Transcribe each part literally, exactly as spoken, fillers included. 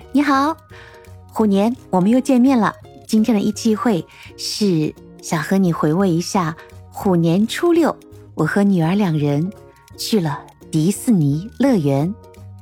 你好，虎年我们又见面了。今天的一期会是想和你回味一下虎年初六，我和女儿两人去了迪士尼乐园。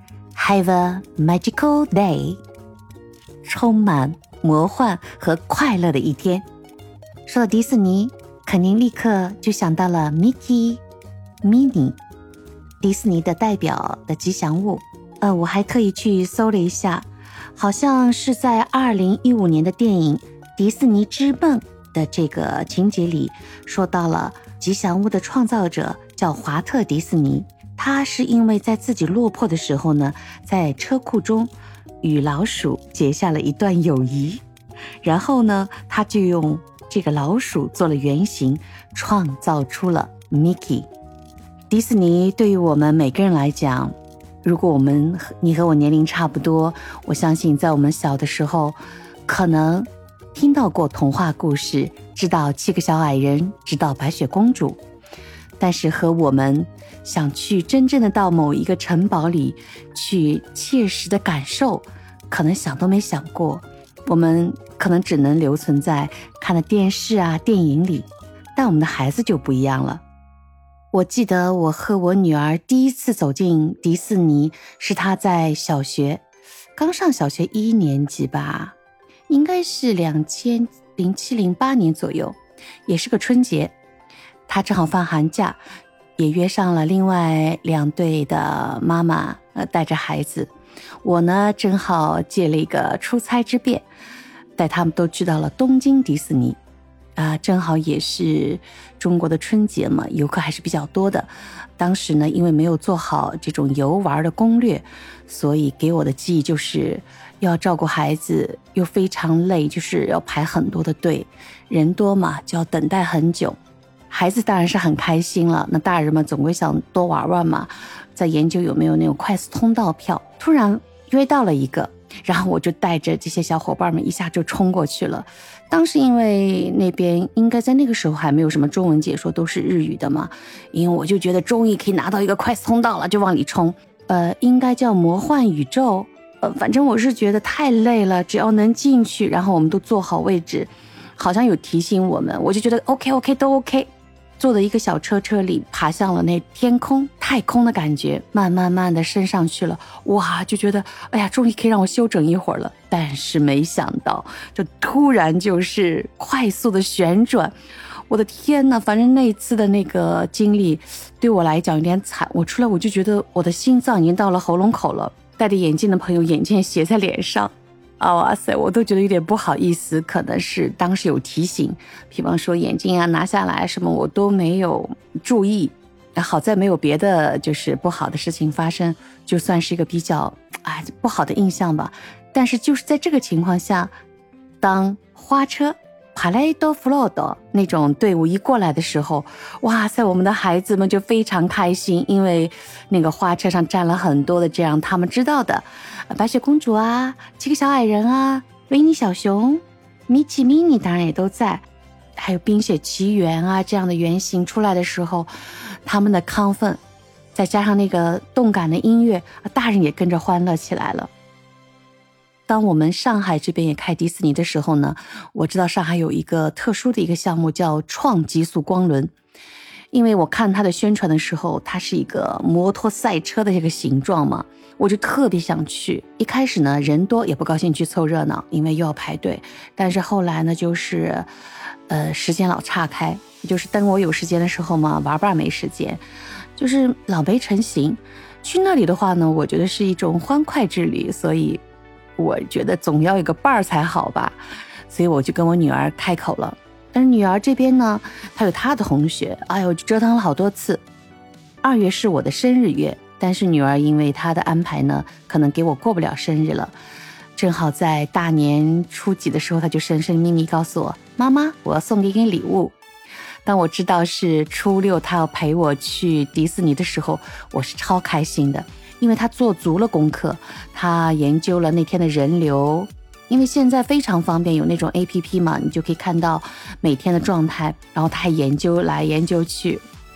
Have a magical day， 充满魔幻和快乐的一天。说到迪士尼，肯定立刻就想到了 Mickey、Minnie， 迪士尼的代表的吉祥物。呃，我还特意去搜了一下，好像是在二零一五年的电影《迪士尼之梦》的这个情节里，说到了吉祥物的创造者叫华特·迪士尼。他是因为在自己落魄的时候呢，在车库中与老鼠结下了一段友谊，然后呢，他就用这个老鼠做了原型，创造出了 Mickey。 迪士尼对于我们每个人来讲，如果我们你和我年龄差不多，我相信在我们小的时候可能听到过童话故事，知道七个小矮人，知道白雪公主，但是和我们想去真正的到某一个城堡里去切实的感受，可能想都没想过。我们可能只能留存在看的电视啊电影里，但我们的孩子就不一样了。我记得我和我女儿第一次走进迪士尼，是她在小学刚上小学一年级吧，应该是两千零七零八年左右，也是个春节。她正好放寒假，也约上了另外两对的妈妈，呃，带着孩子。我呢，正好借了一个出差之便，带他们都去到了东京迪士尼。啊、呃，正好也是中国的春节嘛，游客还是比较多的。当时呢，因为没有做好这种游玩的攻略，所以给我的记忆就是要照顾孩子，又非常累，就是要排很多的队，人多嘛，就要等待很久。孩子当然是很开心了，那大人们总归想多玩玩嘛，在研究有没有那种快速通道票。突然约到了一个，然后我就带着这些小伙伴们一下就冲过去了。当时因为那边应该在那个时候还没有什么中文解说，都是日语的嘛，因为我就觉得终于可以拿到一个快速通道了，就往里冲。呃，应该叫魔幻宇宙，呃，反正我是觉得太累了，只要能进去，然后我们都坐好位置，好像有提醒我们，我就觉得 OK OK 都 OK。坐的一个小车车里，爬向了那天空太空的感觉，慢慢慢的升上去了，哇，就觉得哎呀，终于可以让我休整一会儿了。但是没想到，就突然就是快速的旋转，我的天哪！反正那一次的那个经历对我来讲有点惨，我出来我就觉得我的心脏已经到了喉咙口了。戴着眼镜的朋友眼镜斜在脸上，啊哇塞，我都觉得有点不好意思，可能是当时有提醒，比方说眼镜啊拿下来什么，我都没有注意。好在没有别的就是不好的事情发生，就算是一个比较哎不好的印象吧。但是就是在这个情况下，当花车帕雷多弗洛多那种队伍一过来的时候，哇塞，我们的孩子们就非常开心，因为那个花车上站了很多的这样他们知道的白雪公主啊，七个小矮人啊，维尼小熊，米奇米妮当然也都在，还有冰雪奇缘啊这样的原型出来的时候，他们的亢奋再加上那个动感的音乐，大人也跟着欢乐起来了。当我们上海这边也开迪士尼的时候呢，我知道上海有一个特殊的一个项目叫创极速光轮。因为我看它的宣传的时候，它是一个摩托赛车的这个形状嘛，我就特别想去。一开始呢人多也不高兴去凑热闹，因为又要排队。但是后来呢就是呃时间老岔开，就是等我有时间的时候嘛，玩吧没时间，就是老没成型。去那里的话呢，我觉得是一种欢快之旅，所以我觉得总要有个伴儿才好吧，所以我就跟我女儿开口了。但是女儿这边呢，她有她的同学，哎呦，折腾了好多次。二月是我的生日月，但是女儿因为她的安排呢，可能给我过不了生日了。正好在大年初几的时候，她就神神秘秘告诉我，妈妈，我要送给你礼物。当我知道是初六她要陪我去迪士尼的时候，我是超开心的。因为他做足了功课，他研究了那天的人流，因为现在非常方便，有那种 A P P 嘛，你就可以看到每天的状态，然后他还研究来研究去，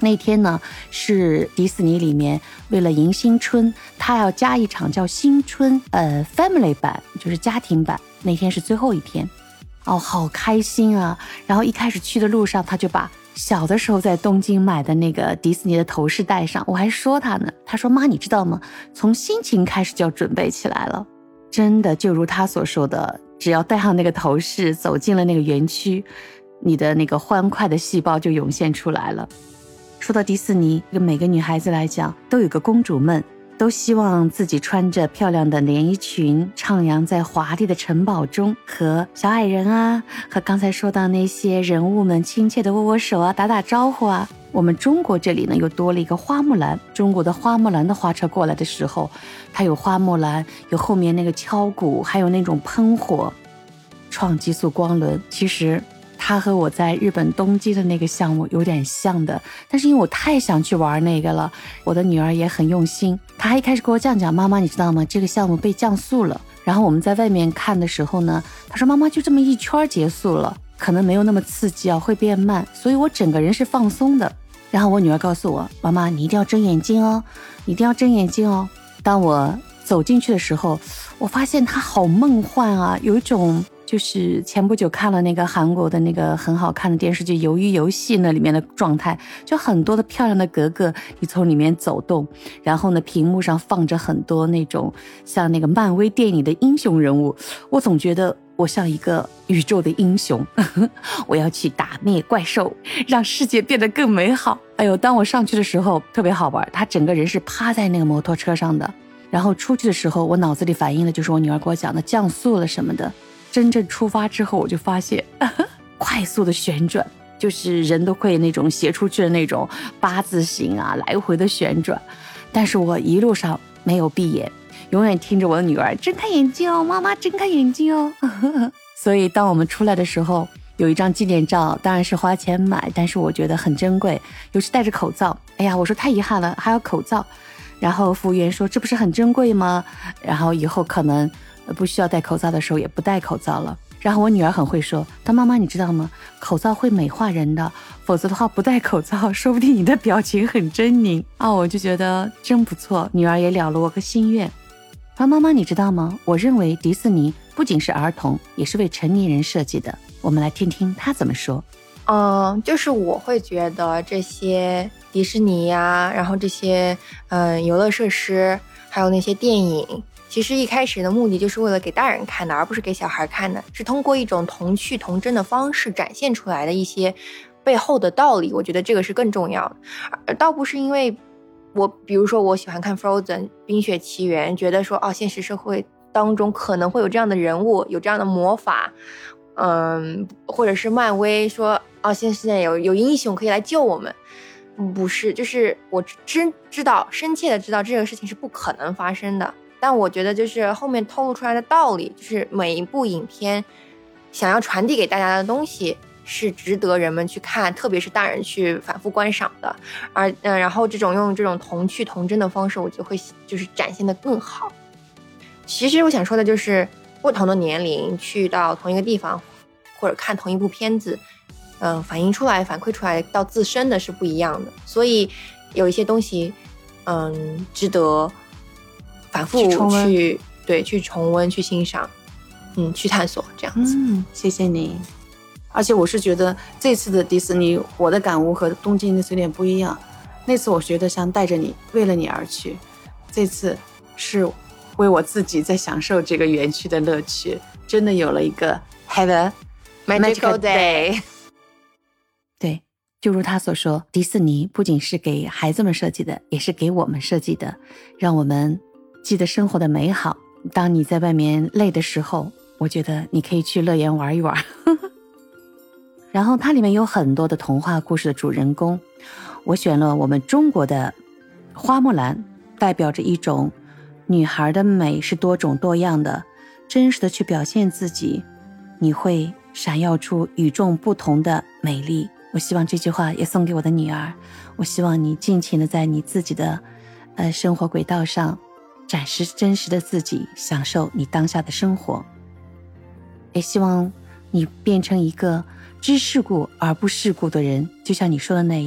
那天呢，是迪士尼里面为了迎新春，他要加一场叫新春呃 Family 版，就是家庭版。那天是最后一天，哦，好开心啊！然后一开始去的路上，他就把小的时候在东京买的那个迪士尼的头饰戴上，我还说他呢，他说妈，你知道吗？从心情开始就要准备起来了。真的，就如他所说的，只要戴上那个头饰，走进了那个园区，你的那个欢快的细胞就涌现出来了。说到迪士尼，对每个女孩子来讲都有个公主梦，都希望自己穿着漂亮的连衣裙，徜徉在华丽的城堡中，和小矮人啊，和刚才说到那些人物们亲切的握握手啊，打打招呼啊。我们中国这里呢，又多了一个花木兰。中国的花木兰的花车过来的时候，它有花木兰，有后面那个敲鼓，还有那种喷火创极速光轮。其实它和我在日本东京的那个项目有点像的，但是因为我太想去玩那个了，我的女儿也很用心，她还一开始跟我这样讲，妈妈你知道吗，这个项目被降速了。然后我们在外面看的时候呢，她说妈妈就这么一圈结束了，可能没有那么刺激啊，会变慢，所以我整个人是放松的。然后我女儿告诉我，妈妈你一定要睁眼睛哦，你一定要睁眼睛哦。当我走进去的时候，我发现它好梦幻啊，有一种就是前不久看了那个韩国的那个很好看的电视剧《鱿鱼游戏》那里面的状态，就很多的漂亮的格格，你从里面走动，然后呢，屏幕上放着很多那种像那个漫威电影的英雄人物，我总觉得我像一个宇宙的英雄，我要去打灭怪兽，让世界变得更美好。哎呦，当我上去的时候特别好玩，他整个人是趴在那个摩托车上的，然后出去的时候，我脑子里反映的就是我女儿给我讲的降速了什么的。真正出发之后，我就发现快速的旋转，就是人都会那种斜出去的那种八字形啊，来回的旋转。但是我一路上没有闭眼，永远听着我的女儿睁开眼睛哦，妈妈睁开眼睛哦。所以当我们出来的时候，有一张纪念照，当然是花钱买，但是我觉得很珍贵，尤其戴着口罩。哎呀，我说太遗憾了，还要口罩。然后服务员说这不是很珍贵吗？然后以后可能不需要戴口罩的时候也不戴口罩了。然后我女儿很会说，但妈妈你知道吗，口罩会美化人的，否则的话不戴口罩说不定你的表情很狰狞啊。我就觉得真不错，女儿也了了我个心愿。而妈妈你知道吗，我认为迪士尼不仅是儿童，也是为成年人设计的。我们来听听她怎么说。 嗯，就是我会觉得这些迪士尼呀，然后这些嗯游乐设施，还有那些电影，其实一开始的目的就是为了给大人看的，而不是给小孩看的，是通过一种童趣童真的方式展现出来的一些背后的道理。我觉得这个是更重要的，而倒不是因为我比如说我喜欢看 Frozen 冰雪奇缘，觉得说哦，现实社会当中可能会有这样的人物，有这样的魔法，嗯，或者是漫威说哦，现在有有英雄可以来救我们。不是，就是我知知道深切的知道这个事情是不可能发生的，但我觉得就是后面透露出来的道理，就是每一部影片想要传递给大家的东西是值得人们去看，特别是大人去反复观赏的。而嗯、呃，然后这种用这种童趣童真的方式，我就会就是展现得更好。其实我想说的就是，不同的年龄去到同一个地方，或者看同一部片子，嗯、呃，反映出来、反馈出来到自身的是不一样的。所以有一些东西，嗯，值得反复去, 去对去重温、去欣赏，嗯，去探索这样子。 嗯，谢谢你。而且我是觉得这次的迪士尼，我的感悟和东京那次有点不一样。那次我觉得像带着你，为了你而去，这次是为我自己在享受这个园区的乐趣，真的有了一个 have a magical day。 对，就如他所说，迪士尼不仅是给孩子们设计的，也是给我们设计的，让我们记得生活的美好。当你在外面累的时候，我觉得你可以去乐园玩一玩。然后它里面有很多的童话故事的主人公，我选了我们中国的花木兰，代表着一种女孩的美是多种多样的，真实的去表现自己，你会闪耀出与众不同的美丽。我希望这句话也送给我的女儿，我希望你尽情的在你自己的呃生活轨道上展示真实的自己，享受你当下的生活。也希望你变成一个知世故而不世故的人，就像你说的那样，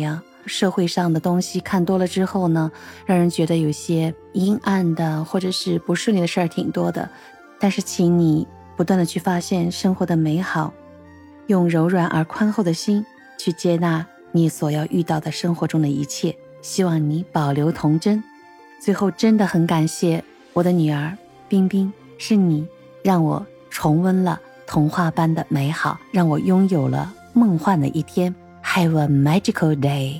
社会上的东西看多了之后呢，让人觉得有些阴暗的或者是不顺利的事儿挺多的。但是请你不断的去发现生活的美好，用柔软而宽厚的心去接纳你所要遇到的生活中的一切，希望你保留童真。最后真的很感谢我的女儿冰冰，是你让我重温了童话般的美好，让我拥有了梦幻的一天。 Have a magical day。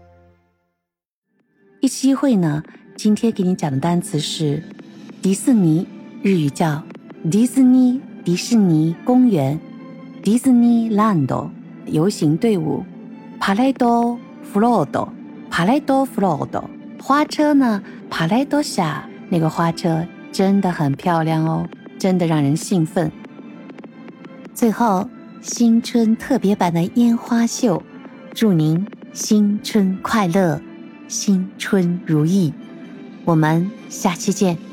一期一会呢，今天给你讲的单词是迪士尼，日语叫迪士尼迪士尼公园 Disneyland 游行队伍 Parade Float Parade Float 花车呢 Parade 下，那个花车真的很漂亮哦，真的让人兴奋。最后新春特别版的烟花秀，祝您新春快乐，新春如意，我们下期见。